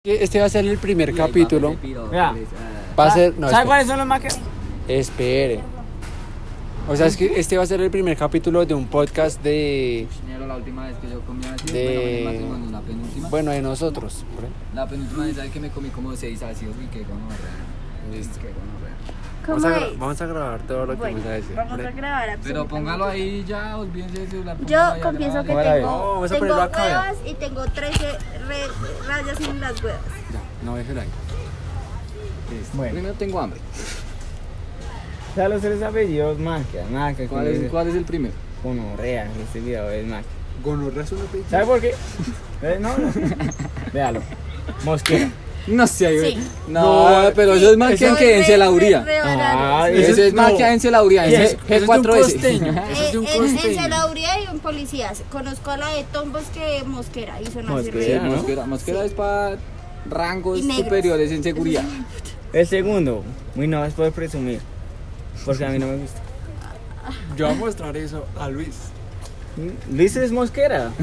Este va a ser el primer capítulo. Mira, Va a ser. No, ¿sabes cuáles son los máquinas? espere. O sea, es que este va a ser el primer capítulo de un podcast de. La última vez que yo comí así, De- la penúltima. Bueno, de nosotros. ¿por ahí? La penúltima vez que me comí como 6 ácidos y que gonorrea. Listo. Qué gonorrea. Vamos ¿Cómo a, es? vamos a grabar todo lo que Bueno, vamos a decir. vamos ¿por a ahí? grabar Pero absolutamente póngalo todo. ahí ya, olvídense de celular. Yo póngalo ahí a confieso que grabar. Póngala ahí. tengo, No, vamos a tengo ponerlo acá, huevas y tengo 13 rayas en las huevas. Ya, no, déjelo ahí. Listo. Bueno. Primero tengo hambre. O sea, los tres apellidos máquinas, máquinas. ¿Cuál es el primero? Gonorrea, este video es máquina. Gonorrea es un apellido. ¿Sabe por qué? No. Véalo. Mosquera. No sé, Sí. No, No, pero eso es más Soy que en Celauría. Ah, Eso es más que en Celauría. Eso Es es de un G4S. costeño. Eso es de un En costeño. Celauría hay un policía. Conozco a la de Tombos que Mosquera y son así Mosquera, re. ¿no? Mosquera es para rangos Y negros. superiores en seguridad. El segundo, muy no es poder presumir. Porque a mí no me gusta. Yo voy a mostrar eso a Luis. Luis es Mosquera.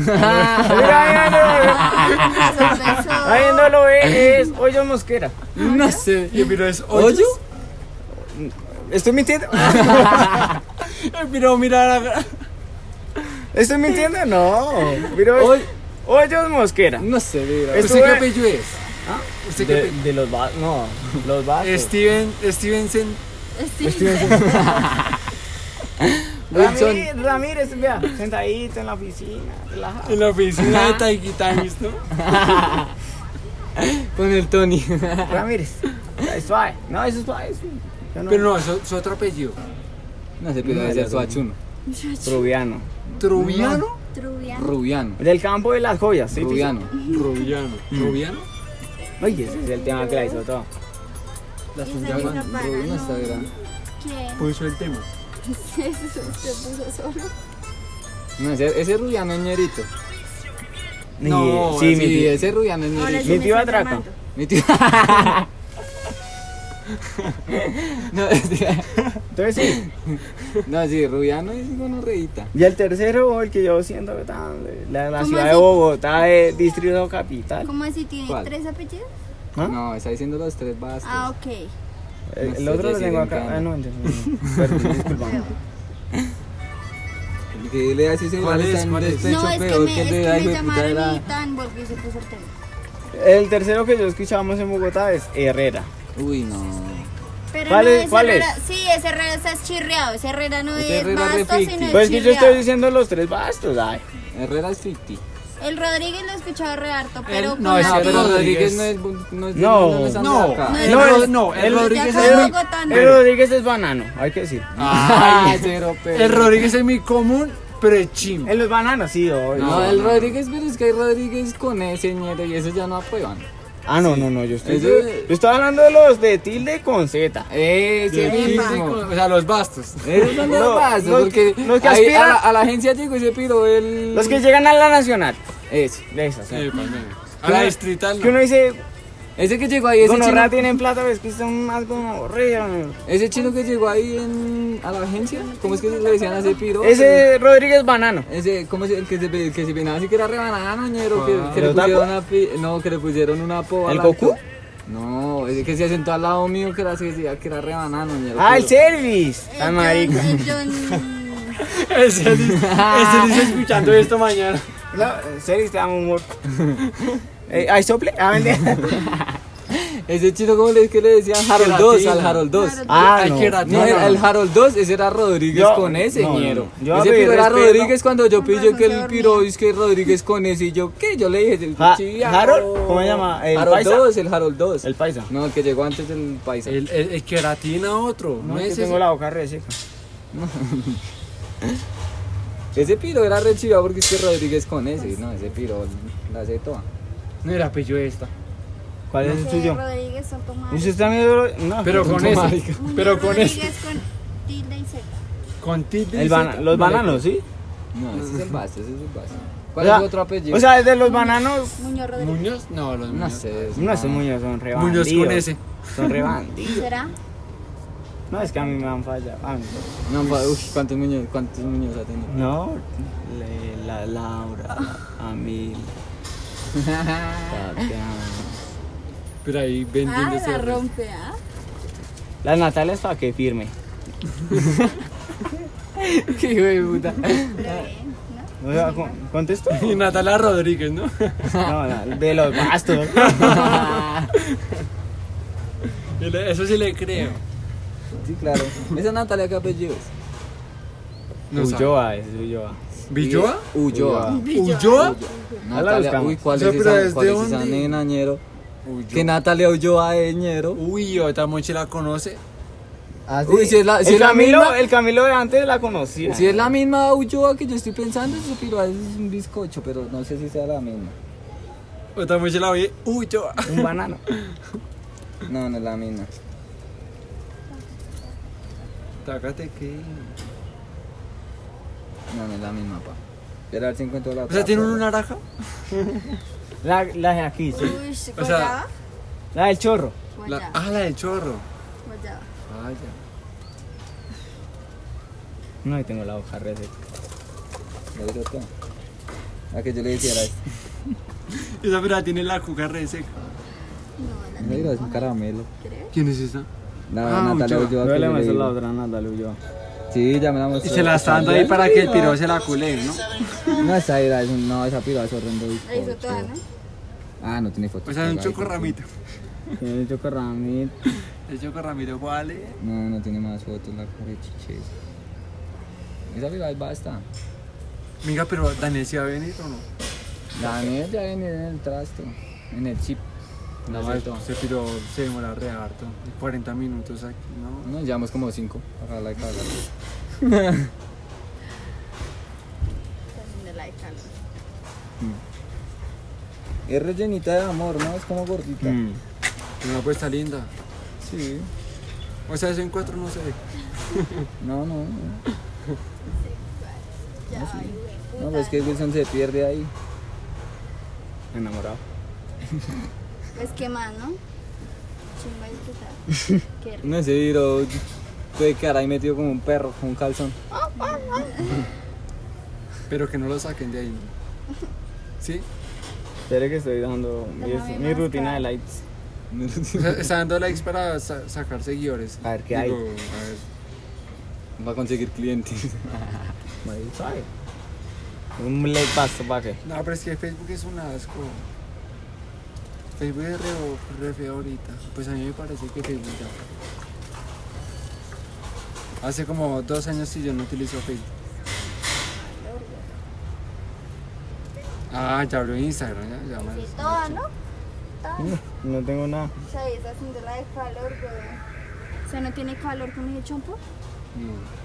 Ahí no lo ve, es Hoyo Mosquera. No sé. Y el piro es ¿Hoyo? ¿Estoy mintiendo? El piro mira la. ¿Estoy mintiendo? No. Pero Hoy- Hoyos Mosquera. No sé, mira. Es- ¿Usted qué Estuve- apellido es? ¿Ah? ¿Usted qué apellido? De los vasos. No, los vasos. Stevenson. Wilson. Ramírez, vea, sentadito en la oficina, relajado. En la oficina de Taikitanis, ¿no? Con el Tony. Ramírez, es suave. No, eso es suave. Sí. Yo no. Pero no, eso es otro apellido. No sé, pero debe ser Suachuno. Rubiano. ¿Trubiano? Trubiano. Rubiano. Del campo de las joyas, ¿sí? Rubiano. Rubiano. ¿Rubiano? Oye, ese es el tema que la hizo todo. Las Esa funciones. es la pana, Rubiano no. está grande. ¿Quién? Puso el tema. Se puso solo. No, ese Rubiano es ñerito. No, sí, Sí, mi tío. ese Rubiano es Ahora ñerito. sí Mi me tío están atraca. llamando. Mi tío. No, Entonces sí. no, sí, Rubiano es gonorreíta. Y el tercero, el que yo siento que está la ¿Cómo ciudad de así? Bogotá, de Distrito Capital. ¿Cómo así? ¿Tiene ¿Cuál? 3 apellidos? ¿Ah? No, está diciendo los tres bastos. Ah, ok. El, No el sé, otro lo Jessy tengo Rincón. acá. Ah, no, perdón, disculpame. Que le hace ese ¿Cuál es? tan ¿Cuál es? despecho No, es que peor me, que el es de que ay, me hijo de puta de llamaron y la. tan volví y se puso el tema. El tercero que yo escuchamos en Bogotá es Herrera. Uy, no. Pero ¿Cuál no es? es ¿Cuál Herrera. es? Sí, ese Herrera está chirriado. Ese Herrera no Ese es Herrera es bastos, ficti. sino es Pues es que yo estoy chirriado. diciendo los tres bastos, ay. Herrera es ficti. El Rodríguez lo he escuchado re harto, pero no, con ese la No, pero Pi- Rodríguez Rodríguez. no es. No, es de- No. es de No, acá. No, el, no, Ro- es- no, el el- Rodríguez de es acá muy. de Bogotá, no. El Rodríguez es banano, hay que decir. Ay, cero, pero. El Rodríguez es muy común, pero es chimbo. En los bananos, sí, obvio. No, el Rodríguez, pero es que hay Rodríguez con ese ñero y eso ya no aprueban. Ah, no, yo estoy. Eso- Yo estaba hablando de los de tilde con Z. Ese mismo. O sea, los bastos. Esos son los No, pasos, los- porque los que ahí aspiran- a la agencia llegó ese piro el. Los que llegan a la nacional. Ese. De esas. Sí, ¿sí? pues, a la distrital. Que uno dice, Ese que llegó ahí, ese gonorrea chino. tienen plata, ves que son más gonorrea. Ese chino que llegó ahí a la agencia. ¿Cómo es que le decían a ese piro? Ese Rodríguez banano. Ese, ¿cómo es el que se peinaba así que era rebanano, ñero? Que le ¿El pusieron no, que le pusieron una poba. ¿El a la- Goku? No, ese que se sentó al lado mío que decía que era rebanano, ñero. Ah, el pero- service. El Tan John- marica. el John- Ese dice escuchando esto mañana. No, service te damos humor. ¿Hay sople? Ah, vende. Ese chino, ¿cómo le decían? Harold 2, al Harold 2. Ah, Hay no. que era- No, el Harold 2, ese era Rodríguez Yo- con ese, no, ñero. no. Yo Ese pedí piro era respeto. Rodríguez cuando yo Con pillé razón que se el dormía. piro es que Rodríguez con ese y yo, ¿qué? Yo le dije, el sí, ¿Harold? ¿Cómo se llama? ¿El Harold paisa? 2, el Harold 2. El paisa. No, el que llegó antes del paisa. El que ratina otro. No, No, es es que tengo ese. la boca reseca. Ese piro era re chiva porque es que Rodríguez con ese, no, ese piro la hace toda. No era apellido esta. ¿Cuál es el ese suyo? Rodríguez son como- ¿Y usted también? No. Pero con Tonto ese. marica. Muñoz Pero con ese. Rodríguez con tilde y Z. Con tilde. El y bana- Z. los No le- bananos, ¿sí? No, ese es el base, ese es el base. O ¿Cuál sea, es otro apellido? O sea, de los bananos. Muñoz Rodríguez. ¿Muñoz? No, los no Muñoz. sé. No, esos muñoz son re Muñoz bandidos. con ese. Son re bandidos. ¿Será? No, es que a mí me han fallado. Ah, No, ¿cuántos niños ha tenido? no, la Laura, a mí, Tatiana. Pero ahí vendiendo la cervezas. rompe, ¿ah? La Natalia es para que firme. Qué hijo de puta. O sea, ¿contesto? Y Natalia Rodríguez, ¿no? No, de los bastos. Eso sí le creo. Sí, claro. ¿Esa Natalia qué apellido es? No sabe. Ulloa, es Ulloa. ¿Villoa? Ulloa. ¿Ulloa? Natalia, buscamos. uy, ¿cuál O sea, es pero esa, ¿desde cuál es esa dónde? nena, ñero? Ulloa. Que Natalia Ulloa es ñero. Uy, otra Mochi la conoce. Uy, si es la, si El es la Camilo, misma, el Camilo de antes la conocía. si es la misma Ulloa que yo estoy pensando, ese piro es un bizcocho, pero no sé si sea la misma. Otra Mochi la oye. Ulloa. Un banano. No, no es la misma. Tácate que. No, no es la misma, pa. Era el 50 de la O sea, ¿tiene una naranja? La de aquí, sí. Uy, O sea, guayaba. La del chorro. Guayaba. La del chorro. Guayaba. Ah, ya. No, ahí tengo la hoja re seca. ¿Lo hizo todo? A que yo le hiciera esto. Esa pira tiene la cuca re seca. No, la Mira, es tengo, un caramelo. creo. ¿Quién es esa? La Ah, Natalia Ulloa. Ulloa. Yo que le yo muestro digo. la otra Natalia Ulloa. Sí, ya me la Y mostró. se la está dando ahí para que el piro se la culé, ¿no? No, esa era, no, esa piro es horrendo La hizo bizcocho. toda, ¿no? Ah, no tiene foto. O sea, es un chocorramito. Tiene el chocorramito. El chocorramito, vale. No, no tiene más fotos, la cara de chiches. Esa piro ahí basta. Venga, pero Daniel sí va a venir o no. Daniel ya viene en el trasto, en el chip. No, ese piro se demora re harto. 40 minutos aquí, ¿no? No, llevamos como 5. Ojalá y cagar. Está haciendo la de calor. Es rellenita de amor, ¿no? Es como gordita. Una apuesta linda. Sí. O sea, eso en 4 no se ve. No, no, no. Ya, ay, güey, No, pues es que Wilson se pierde ahí. Enamorado. pues qué más, ¿no? Chimba y qué tal. Qué rico. No sé, pero puede quedar ahí metido como un perro, con un calzón. Pero que no lo saquen de ahí. ¿Sí? Espere que estoy dando mi rutina de likes. O sea, está dando likes para sacar seguidores. A ver qué hay. A ver. Va a conseguir clientes. Ahí sabe. Un like pasto para qué. No, pero es que Facebook es un asco. Facebook es re feo ahorita. Pues a mí me parece que Facebook ya. Hace como 2 años que yo no utilizo Facebook. Ah, ya hablo de Instagram, ya más. Sí, toda, ¿no? Toda. No tengo nada. O sea, esa haciendo la de calor, güey. O sea, ¿no tiene calor con ese champú? No.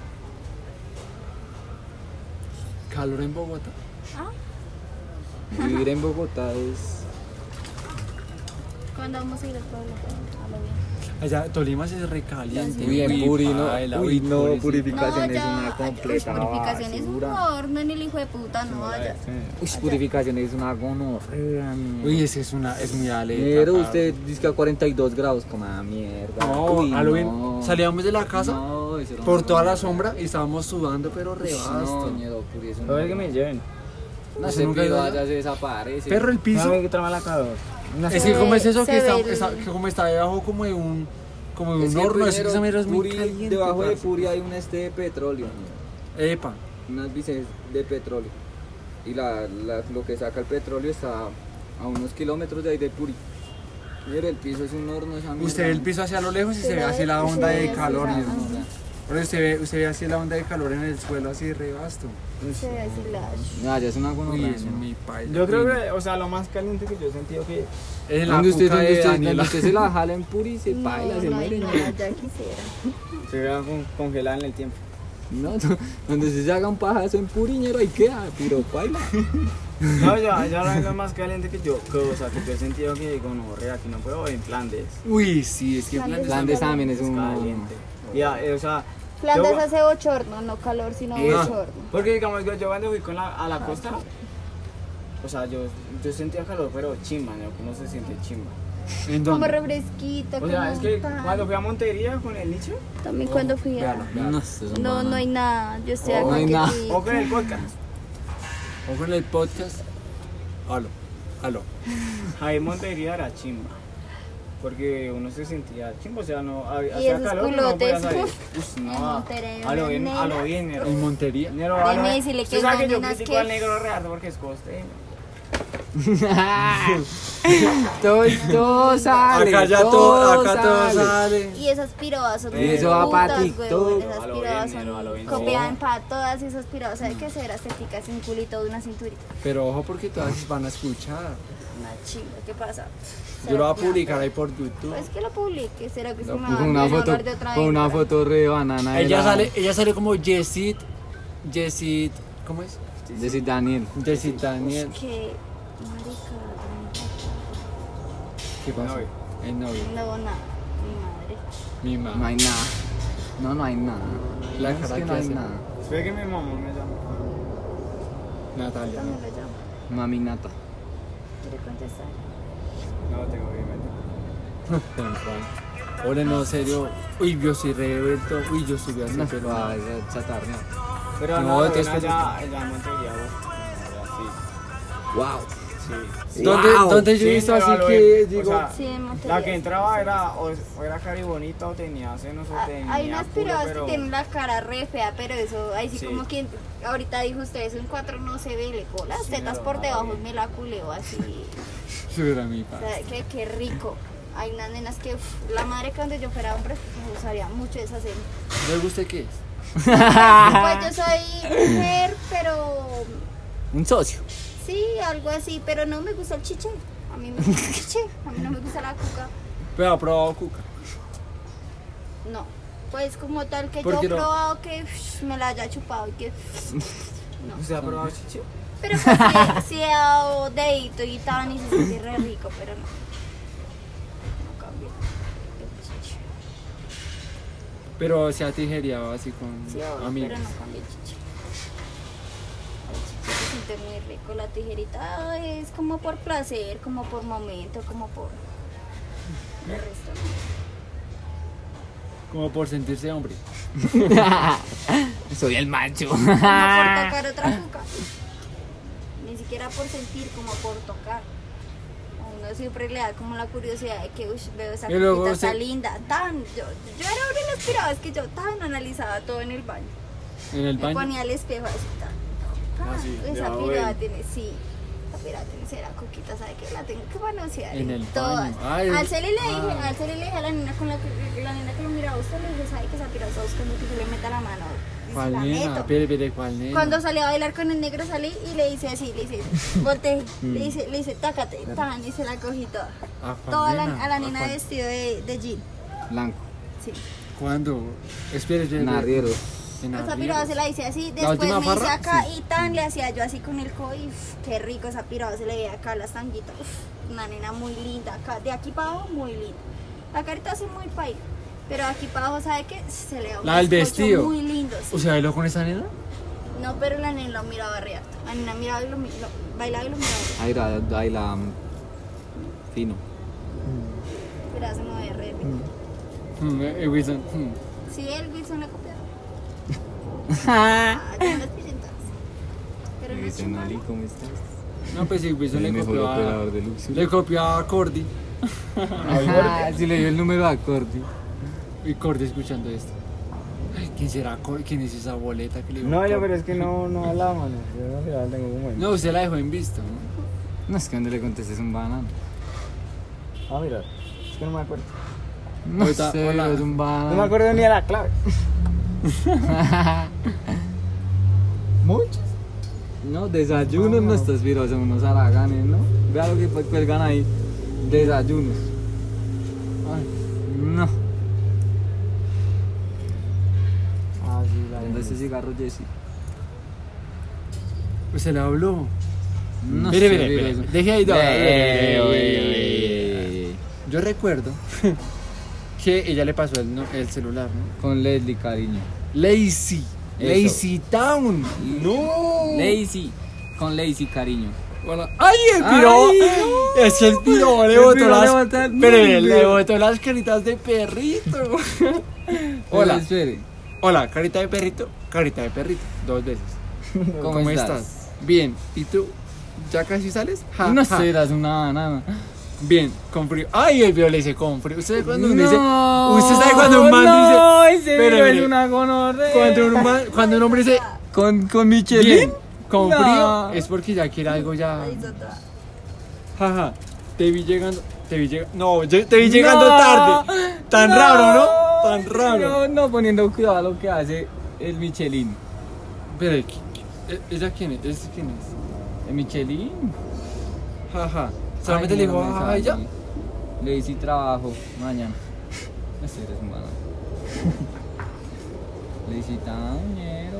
Calor en Bogotá. Ah, Vivir en Bogotá es. ¿cuándo vamos a ir al pueblo? A lo bien. Allá, Tolima sí es recaliente. Uy, en Puri, ¿no? paila, Uy, no, Puri, sí. purificación es ya, una ay, completa purificación es un basura. horno en el hijo de puta, no vaya. Uy, purificación es una gonorrea, mierda. Uy, ese es muy aleta. Pero parce. usted dice que a 42 grados, como a mierda. No, Uy, a lo bien. no. Salíamos de la casa No, eso era por una toda la gonorrea. sombra y estábamos sudando, pero No, rebasto. ñero, Puri, eso A ver que me lleven. No ¿Usted se nunca ha ido piro, allá? allá se desaparece. Perro, el piso. No, que trama la calor. Es que como es eso Se que ve está, el- que como está debajo como de un Es que horno, es que primero, esa mierda es muy Puri, caliente. debajo de parce. Puri hay un de petróleo, ñero. Epa. Unas bices de petróleo. Y lo que saca el petróleo está a unos kilómetros de ahí de Puri. Mira, el piso es un horno, esa mierda. Usted ve el piso hacia lo lejos y se ve así la onda de calor. ¿no? Pero usted ve así la onda de calor en el suelo, así rebasto. Se ve así la... No, ya es una Uy, gonorrea. es ¿no? mi paila. Yo creo que, o sea, lo más caliente que yo he sentido que Es la Donde usted, cuca de Daniela. se la jala en Puri, se No, baila, se no, muere. no, ¿no? ya quisiera. se vea congelada en el tiempo. No, donde se haga un pajazo en Puriñero ahí queda, pero baila. No, ya lo más caliente que yo, o sea, que yo he sentido que gonorrea, que no puedo en Flandes. Uy, sí, es que Flandes Flandes también es Es un caliente. Ya, o sea, Flandes yo- hace bochorno, no calor, sino Eso. bochorno. Porque digamos, yo cuando fui a la costa, o sea, yo sentía calor, pero chimba, ¿no? Uno se siente chimba. ¿En Como dónde? refresquito, O sea, como es que pan. cuando fui a Montería con el nicho, También cuando fui a... No, eso es un No, banano. no hay nada. Yo estoy Oh, acá no hay nada. quietita. o con el podcast, Ojo en el podcast. Aló. ahí en Montería era chimba. Porque uno se sentía chimbo, o sea, no Y hacía esos calor, no podía culotes, salir. uf, en No, Monterrey, a lo bien, negra. a lo bien, negro. ¿En Montería? Negro, Déjeme a lo bien. decirle que Usted sabe hay que yo nenas critico que- al negro real porque es costeño. Todo sale. Acá ya todo, acá todo sale. Y esas pirobas son Y eso va pa' putas, TikTok. huevón, esas A lo pirobas bien, neno, a lo son bien. copiadas para todas esas pirobas. ¿Sabes qué? Severa estética, sin culito de una cinturita. Pero ojo porque todas van a escuchar. Una chimba, ¿qué pasa? Yo lo voy a publicar ahí por YouTube. Pues que lo publique, será que se me va Con a una hablar foto, de otra con una hembra? foto re banana. de Ella la- sale como Jessit, ¿cómo es? de Sid Daniel. Jessit Daniel. Que, marica, ¿Qué pasó? novio. El novio. no, nada, mi madre. Mi No mamá. hay nada. No hay nada. La No, es cara que que no hay hace. nada. Espera que mi mamá me llama. Natalia. ¿Cómo lo llamo? Mami nata. ¿Quiere contestar? No, tengo que irme. Temprano. Ahora no, serio. Uy, yo soy revuelto. Uy, yo soy así, No, pero. va, esa chatarra. Pero No, no, entonces, allá en Montería, Wow. sí. ¿Dónde yo he Sí, visto pero así a lo que bien, digo? o sea, Sí, en Montería. la que entraba era o era caribonita o tenía senos o tenía Hay unas culo, pirobas pero que tienen la cara re fea, pero eso, ahí sí, Sí. como quien ahorita dijo usted, eso en 4 no se ve, le cojo las Sí, tetas pero por no, debajo bien. me la culeo así. Era mi O padre. sea, qué rico. Hay unas nenas que, la madre que cuando yo fuera hombre, me usaría mucho esa serie. ¿No le gusta qué es? Pues yo soy mujer, pero Un socio. sí, algo así, pero no me gusta el chiche. A mí me gusta el chiche, a mí no me gusta la cuca. Pero ha probado cuca. No, pues como tal que ¿Por yo qué he no? probado que me la haya chupado y que... No. ¿usted ha probado chiche? Pero pues sí he dado dedito y tan y se siente re rico, pero no. No cambia. El chiche. Pero se ha tijereado así con Sí, ahora, amigos. pero no cambia el chiche. El chiche se siente muy rico. La tijerita es como por placer, como por momento, como por... El resto no. Como por sentirse hombre. Soy el macho. Como por tocar otra cuca. Ni siquiera por sentir, como por tocar. A uno siempre le da como la curiosidad de que veo esa Y luego cuquita, está se- linda. Yo era una de las piradas que yo tan analizaba todo en el baño. En el Me baño. ponía al espejo así tan. Ah, sí, esa ya, pirada bueno. tiene, sí. Esa pirada tiene cera coquita, ¿sabe qué? La tengo que manosear. En el todas. baño. Ay, Al Cele le dije, ay. al Cele le dije a la nena con la nena que lo miraba a usted, le dije, ¿sabe que esa pirada está buscando que yo le meta la mano? Y se ¿Cuál la nena? meto. Pere, ¿cuál nena? Cuando salí a bailar con el negro salí y le hice así, le hice, volteé, le hice, tácate, tan, y se la cogí toda. ¿A cuál Toda nena? a la ¿A nena cuál? vestido de jean, Blanco. sí. ¿Cuándo? Espere. En arrieros. En Esa arrieros. pirada se la hice así, ¿La después última me hice farra? acá Sí. y tan, le hacía yo así con el codo y qué rico esa pirada, se le veía acá las tanguitas, una nena muy linda, acá, de aquí para abajo muy linda. La carita así muy paila, pero aquí para abajo, ¿sabe qué? Se le da un La del bizcocho vestido. muy lindo, sí. O sea, ¿bailó con esa nena? No, pero la nena lo miraba re harto. La nena miraba y bailaba y lo miraba. Ahí la fino. Pero se me ve re rico. Wilson. Sí, el Wilson le copiaron. Ah, yo no les presentas. Pero no es Dicen, chingón. Ali, ¿cómo estás? No, pues sí, Wilson El le mejor copió operador a... de Luxury. Le copió a Cordy. Sí, le dio el número a Cordy. Y Cordy escuchando esto. Ay, ¿quién será Cordy? ¿Quién es esa boleta que le dio No, Cordy? pero es que no hablaba, mano. Yo no tengo como No, usted la dejó en visto, ¿no? No, es que cuando le contestes un banano. Ah, mira, es que no me acuerdo. No Ahorita, sé, hola. es un banano. No me acuerdo ni de la clave. Muchos. No, desayunos no estás viendo, son unos haraganes, ¿no? Vea lo que cuelgan ahí. Desayunos. Ay, no. Ah, sí, la ¿Dónde ese cigarro, Jesse? Pues se le habló. No Mire, sé, mire, pero mire. eso- Deje ahí, Ey. Yo recuerdo que ella le pasó el celular, ¿no? Con Leslie, cariño. Lazy. Eso. Lazy Town. No. Lazy. Con Lazy, cariño. Hola. ¡Ay, el piro! Ay, Es que el piro le El botó piro le las... botó el Pero nombre. le botó las caritas de perrito. Hola. Espere. Hola, carita de perrito. Carita de perrito. 2 veces. ¿Cómo estás? Bien. ¿Y tú? ¿Ya casi sales? Ja, No ja. serás una banana. Bien, con frío. Ay, el video le dice con frío. ¿Usted sabe cuando uno dice? No, ¿Usted sabe cuando un man no, dice? ese Pero video es mire, una gonorrea. cuando un hombre dice ¿Con Michelin? bien, con No. frío, es porque ya quiere algo ya. Ahí está toda. Jaja, te vi llegando. No, te vi llegando No, tarde. Tan no, raro, ¿no? Tan raro. No, poniendo cuidado a lo que hace el Michelin. Pero, ¿ella quién es? ¿Ese quién es? ¿El Michelin? Jaja. Solamente Ay, le no dijo, me ay, ya. salí. Le hice trabajo mañana. Ese eres humano. Le hice tañero.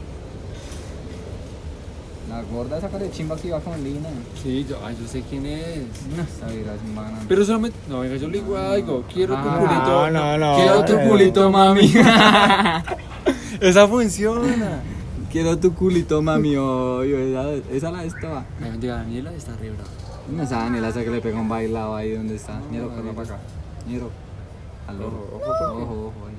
La gorda esa cara de chimba que iba con Lina. Sí, yo sé quién es. No, esa vida es humana. Pero solamente. No, venga, yo le digo algo. Quiero tu Ah, culito. no. Quiero tu culito, mami. Esa funciona. Quiero tu culito, mami. Esa la estaba. Me bendiga, Daniela está re brava. No, esa Daniela esa que le pegó un bailado ahí donde está. Ñero, corre para acá. Ñero. Al ojo. Ojo, ahí.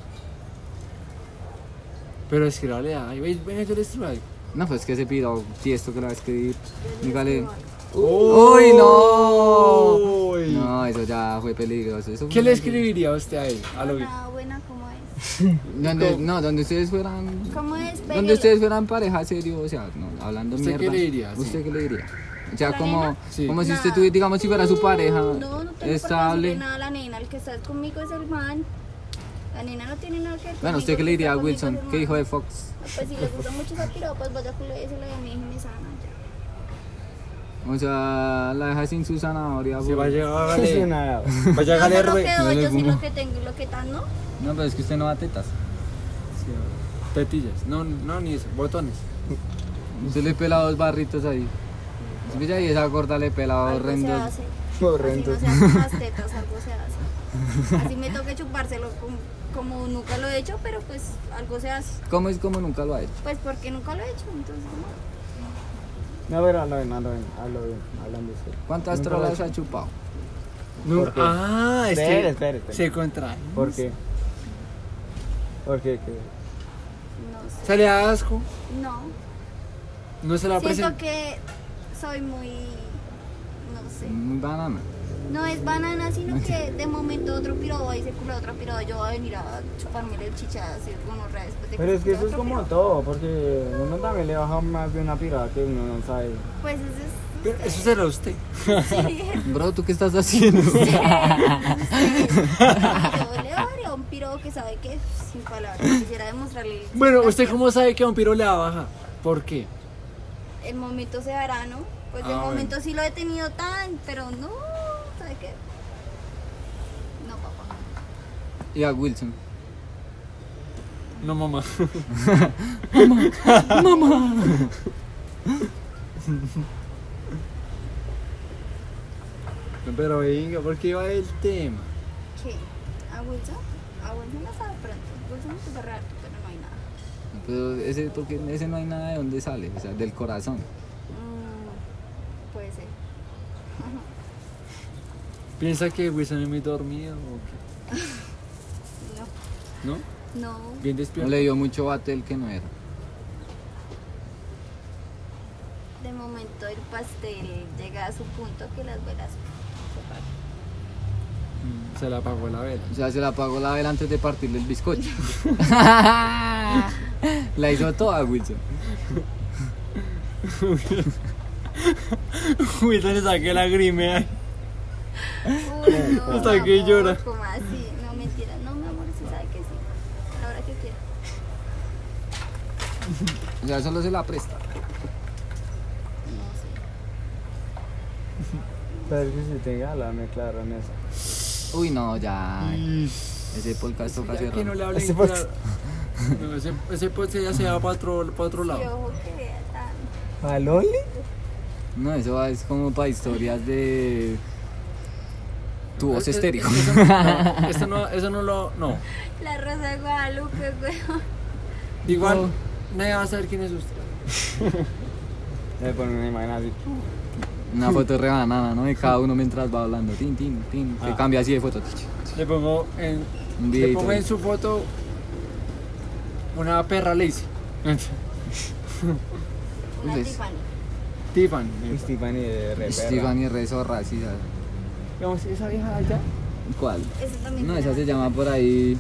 Pero escríbale, ay, venga, yo le escribo algo. No, pues que se piro tiesto que la va a escribir. Dígale. ¡Uy, ¡Uy, no! No, eso ya fue peligroso. Eso ¿Qué le escribiría a usted a él? A lo bien. Hola, buena, ¿cómo es? Donde ustedes fueran. ¿Cómo es? Donde Pégale. ustedes fueran pareja serio, o sea, no, hablando ¿Usted mierda. qué le diría? Sí. ¿Usted qué le diría? O sea, ¿La como, nena? Sí. como si usted Nada. tuviera, digamos, si fuera su pareja No tengo por qué estable. decirle nada a la nena. El que está conmigo es el man. La nena no tiene nada que ver Bueno, conmigo, ¿usted qué el le que diría a está conmigo Wilson? es el ¿Qué man. hijo de Fox? Pues si le gusta mucho esa piropa, pues vaya con le dice la de mi hija y me sana ya. O sea, la deja sin su zanahoria. Si por- vaya, Sí, hágale. nada. Vaya, Yo hágale, sé lo Rubén. que doy, No le yo sé fumo. lo que tengo y lo que tal, ¿no? No, pero es que usted no da tetas. Tetillas. No, ni eso. Botones. Usted le pela 2 barritos ahí. Escucha, y esa gorda le pela Algo se horrendos. hace. Horrendos. Así no se hacen las tetas, algo se hace. Así me toca chupárselo como nunca lo he hecho, pero pues algo se hace. ¿Cómo es como nunca lo ha hecho? Pues porque nunca lo he hecho, entonces no. No, pero habla bien, hablando usted. ¿Cuántas Nunca lo trolas he ha chupado? ¿Por qué? Ah, es que Espere. se contrae. ¿Por qué? ¿Por qué? ¿Qué? No sé. ¿Se le da asco? No. No se la Siento presenta. que soy muy, no sé. Muy banana. No es banana, sino que de momento otro piro y se cula otra piro, yo voy a venir a chuparme el chicha así gonorrea después de Pero es que se eso es cula como otro piro. todo, porque uno también le baja más de una pirada que uno no sabe. Pues eso es. Pero eso será usted. Sí. Bro, ¿tú qué estás haciendo? Yo le daría un piro que sabe que sin palabras quisiera demostrarle. Bueno, la ¿usted tierra. cómo sabe que a un piro le da baja? ¿Por qué? El momento se dará, ¿no? Pues de Ah, bueno. momento sí lo he tenido tan, pero no, ¿sabe qué? No, papá. Y a Wilson. No, mamá. Pero venga, ¿por qué va el tema? ¿Qué? ¿A Wilson? A Wilson no sabe pronto. Wilson es súper raro, pero no hay nada. Pero ese, porque ese no hay nada de dónde sale, o sea, del corazón. Puede ser. ¿Piensa que Wilson es muy dormido o qué? No, ¿No? no. Bien No despierto. le dio mucho bate el que no era. De momento el pastel llega a su punto que las velas se apagan. Se la apagó la vela. O sea, se la apagó la vela antes de partirle el bizcocho. La hizo toda, Wilson. Wilson le saqué la grimea. Uy, no, Hasta mi que amor, llora. ¿cómo así? No, mentira. No, mi amor, se sabe que sí. A la hora que quiera. O sea, solo se la presta. No sé. Pero es que si tenga, háblame claro en eso. Uy, no, ya. Ese podcast toca Ya que no cerrar. le hablen Ese claro. podcast. No, ese podcast ya se va para otro lado. Sí, ojo que vea tan. ¿A Loli? No, eso es como para historias de tu voz estéreo. Eso no lo. No. La Rosa de Guadalupe, weón. Igual, nadie va a saber quién es usted. Le ponen una imagen así. Una foto re banana, ¿no? De cada uno mientras va hablando. Tin, tin, tin. Que Ah. cambia así de foto. Le pongo en. Un Le videito pongo ahí. en su foto una perra lazy. Una Pues, Tiffany. Tiffany. Y Stephanie de re perra. Stephanie re zorra, así, ¿sabes? Digamos, esa vieja allá. ¿Cuál? Eso también No, tiene esa se bastante. llama por ahí.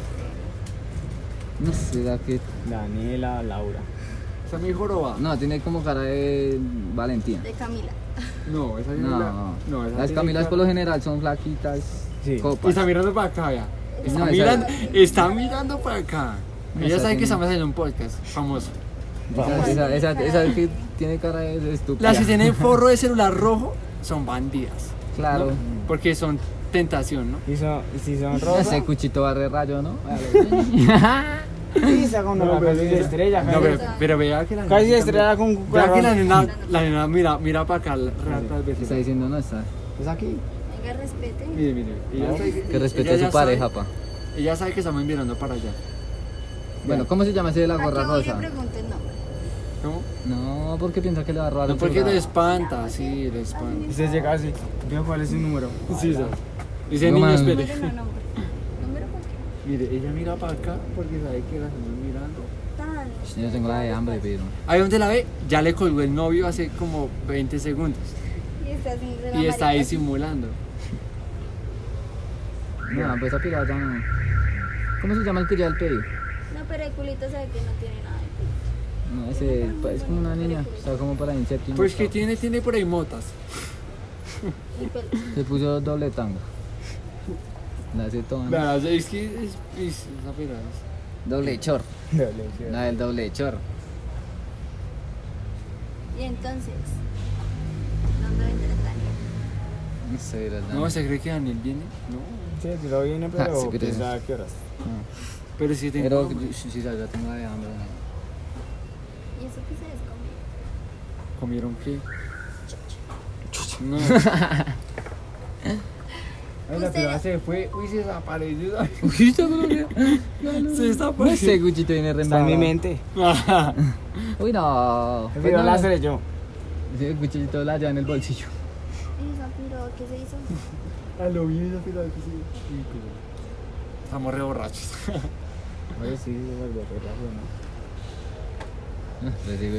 No sé, la que. Daniela, Laura. Está muy jorobada. No, tiene como cara de Valentina. De Camila. No, esa vieja. No, esa las tiene Camilas cara- por lo general son flaquitas. Sí. Y Copas. está mirando para acá, ya. Está, No, mirando, esa- está mirando para acá. No, Ella esa sabe que tiene- estamos haciendo un podcast famoso. Esa que tiene cara de estúpida. Las que tienen forro de celular rojo son bandidas. Claro. ¿no? Porque son tentación, ¿no? Y si son No rosas. sé, Cuchito Barre Rayo, ¿no? Sí, cuando la casi se estrella. No, pero vea que la Casi se nena estrella también- con Vea que cuerno. la nena mira para acá ratas veces. Está diciendo no está. ¿Es aquí? Venga, respete. Mire. Ella No, sabe Que respete ella a su ya pareja, sabe- pa. Ella sabe que estamos mirando para allá. Bueno, ¿cómo se llama ese de la ¿A gorra qué voy? rosa? Le pregunto el nombre. ¿Cómo? No, porque piensa que le va a robar No, el porque celular. le espanta, sí, le espanta. Usted llega así. Veo cuál es su número. Sí, sí. Dice, No, niño, man. espere. Número no nombre. Número cualquiera. Mire, ella mira para acá porque sabe que la estamos mirando. Tan. Yo tengo la de hambre, pero. Ahí donde la ve, ya le colgó el novio hace como 20 segundos. Y está haciendo la Y está ahí marica. simulando. No, pues esa pirata no. ¿Cómo se llama el que ya el pedido? No, pero el culito sabe que no tiene nada de culito. No, ese pues, es como una niña. Está como para en séptimo. Pues que tiene por ahí motas. Y pelo. Se puso doble tango. La hace toda. Vean, es que es esa pirata. Doble chor. La del doble chor. Y entonces, ¿dónde vendrá Daniel? No sé, ¿verdad? No, ¿se cree que Daniel viene? No. Sí, pero viene, Ah, pero sí, pero- quién sabe a qué horas. Pero sí tengo Pero hambre. sí, ya tengo la de hambre. ¿Y eso qué se descomió? ¿Comieron qué? No. Ay, la Usted- pirata se fue. Uy, se desapareció. Uy, yo creo que. Se No sé, desapareció. Guchito viene Está en remado. mi mente. Uy, no. El video la seré yo. Sí, el cuchillito la lleva en el bolsillo. ¿Y esa piro qué se hizo? A lo bien esa pirata que sí. Uy, pero estamos re borrachos. Oye, sí, vuelve Les digo,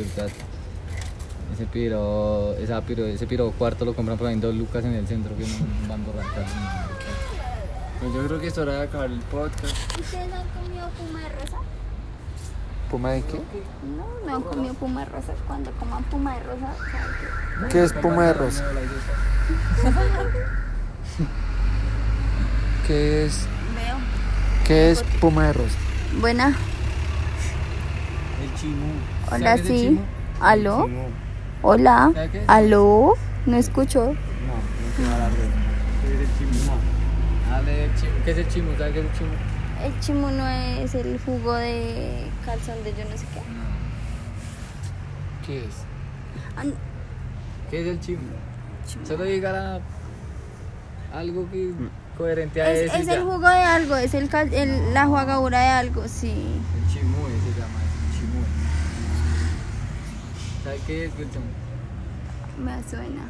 ese piro cuarto lo compran por ahí en 2 lucas en el centro que no van a borrar. Pues yo creo que es hora de acabar el podcast. ¿Ustedes han comido puma de rosa? ¿Puma de qué? No, no han comido puma de rosa. Cuando coman puma de rosa, ¿saben qué? ¿Qué es puma de rosa? ¿Qué es, Veo. qué es puma de rosa? Buena. El chimú. Hola, ¿Sabes el sí. chimo? ¿Aló? Chimú. Hola. ¿Sabe qué es? ¿Aló? No escucho. No, no quiero hablar de eso. El chimú. Hable del chimo. ¿Qué es el chimo? ¿Sabes qué es el chimo? El chimu no es el jugo de calzón de yo no sé qué. ¿Qué es? Ah, ¿Qué es el chimo? chimu. Solo diga algo que coherente a Es eso. y el ya. jugo de algo, es la jugadura de algo, sí. El chimú se llama, el chimú. ¿Sabes qué es el chimú? Me suena.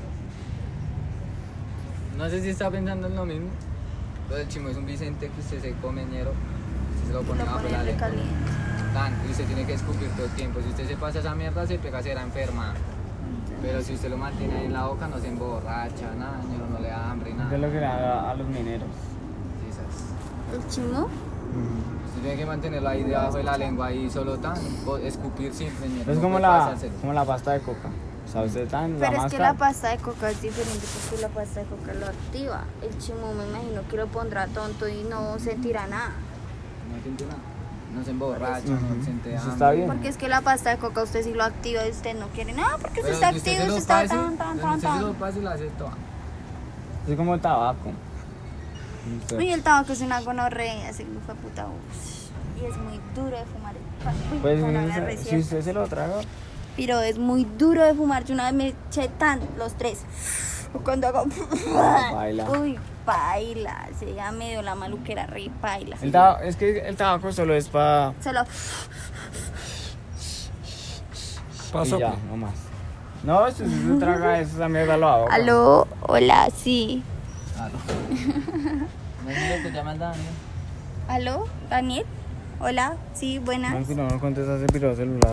No sé si está pensando en lo mismo. Pero el chimú es un Vicente que usted se come ñero. Usted se lo pone Lo bajo pone la en lengua. caliente. Tan, y usted tiene que escupir todo el tiempo. Si usted se pasa esa mierda, se pega, será enferma. Pero si usted lo mantiene ahí en la boca, no se emborracha, nada, ñero, no le da hambre, nada. ¿Qué es lo que le da a los mineros? Sí, ¿sabes? ¿El chimu? Usted tiene que mantenerlo ahí debajo de la lengua y solo tan, escupir siempre, ñero. Es no como puede la, pasárselo. como la pasta de coca. O sea, usted tan la Pero es que masca. la pasta de coca es diferente porque la pasta de coca lo activa. El chimu me imagino que lo pondrá tonto y no sentirá nada. No siente nada. No se emborracha, no siente Eso hambre. está bien. Porque es que la pasta de coca usted sí lo activa y usted no quiere nada porque usted Pero está si usted activo se y lo usted está pase, tan, tan, donde tan, usted se lo tan. pase, lo hace todo. Es como el tabaco. Uy, el tabaco es una gonorrea, ese hijo de puta. Y es muy duro de fumar. Pues Palabra si reciente. usted se lo traga, Pero es muy duro de fumar. Yo una vez me eché los 3. Cuando hago. Baila. Uy, baila. Se ya medio la maluquera, re baila. es que el tabaco solo es para... Solo. Y ya, no más. No, si usted se traga esa mierda lo hago. Aló, hola, sí. Aló. No es lo que llaman Daniel. Aló, Daniel. Hola, sí, buenas. No, no contestas el video celular.